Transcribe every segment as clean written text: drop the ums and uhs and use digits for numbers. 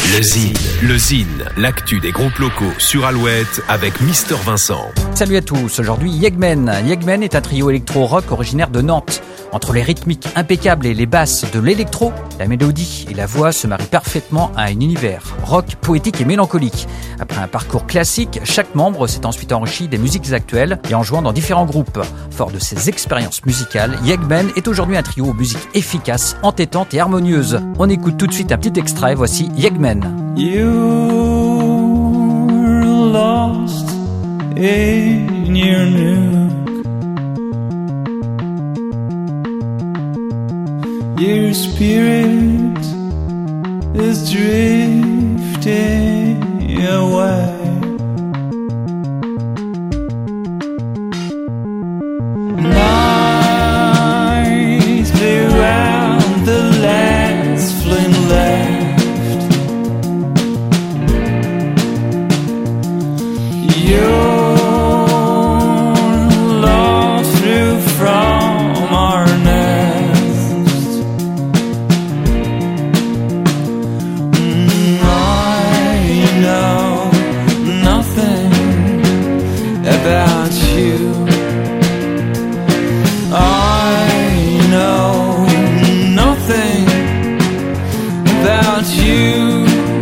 Le Zine, l'actu des groupes locaux sur Alouette avec Mister Vincent. Salut à tous, aujourd'hui Yegmen. Yegmen est un trio électro-rock originaire de Nantes. Entre les rythmiques impeccables et les basses de l'électro, la mélodie et la voix se marient parfaitement à un univers rock, poétique et mélancolique. Après un parcours classique, chaque membre s'est ensuite enrichi des musiques actuelles et en jouant dans différents groupes. Fort de ses expériences musicales, Yegmen est aujourd'hui un trio aux musiques efficaces, entêtantes et harmonieuses. On écoute tout de suite un petit extrait, voici Yegmen. You're lost in your nook. Your spirit is drifting away. Nights blew out the last flame left. You're lost through from our nest. I know nothing about you. I know nothing about you.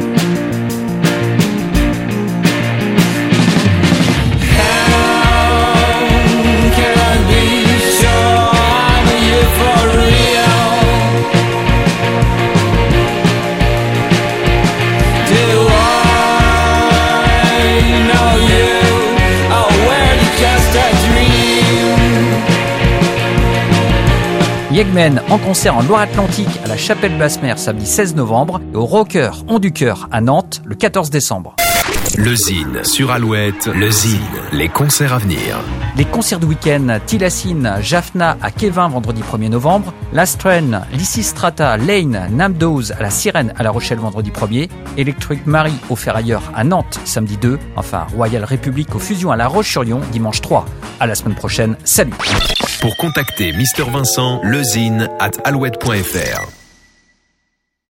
Yegmen en concert en Loire-Atlantique à la Chapelle Basse-Mer samedi 16 novembre et au Rocker Ont du Cœur à Nantes le 14 décembre. Le Zine sur Alouette, le Zine, les concerts à venir. Les concerts de week-end, Tilassine, Jaffna à Kévin vendredi 1er novembre, Last Train, Lysistrata, Lane, Namdose à la Sirène à La Rochelle vendredi 1er, Electric Marie au Ferrailleur à Nantes samedi 2, enfin Royal République aux Fusions à La Roche-sur-Yon dimanche 3. À la semaine prochaine, salut. Pour contacter Mister Vincent, lezine@alouette.fr.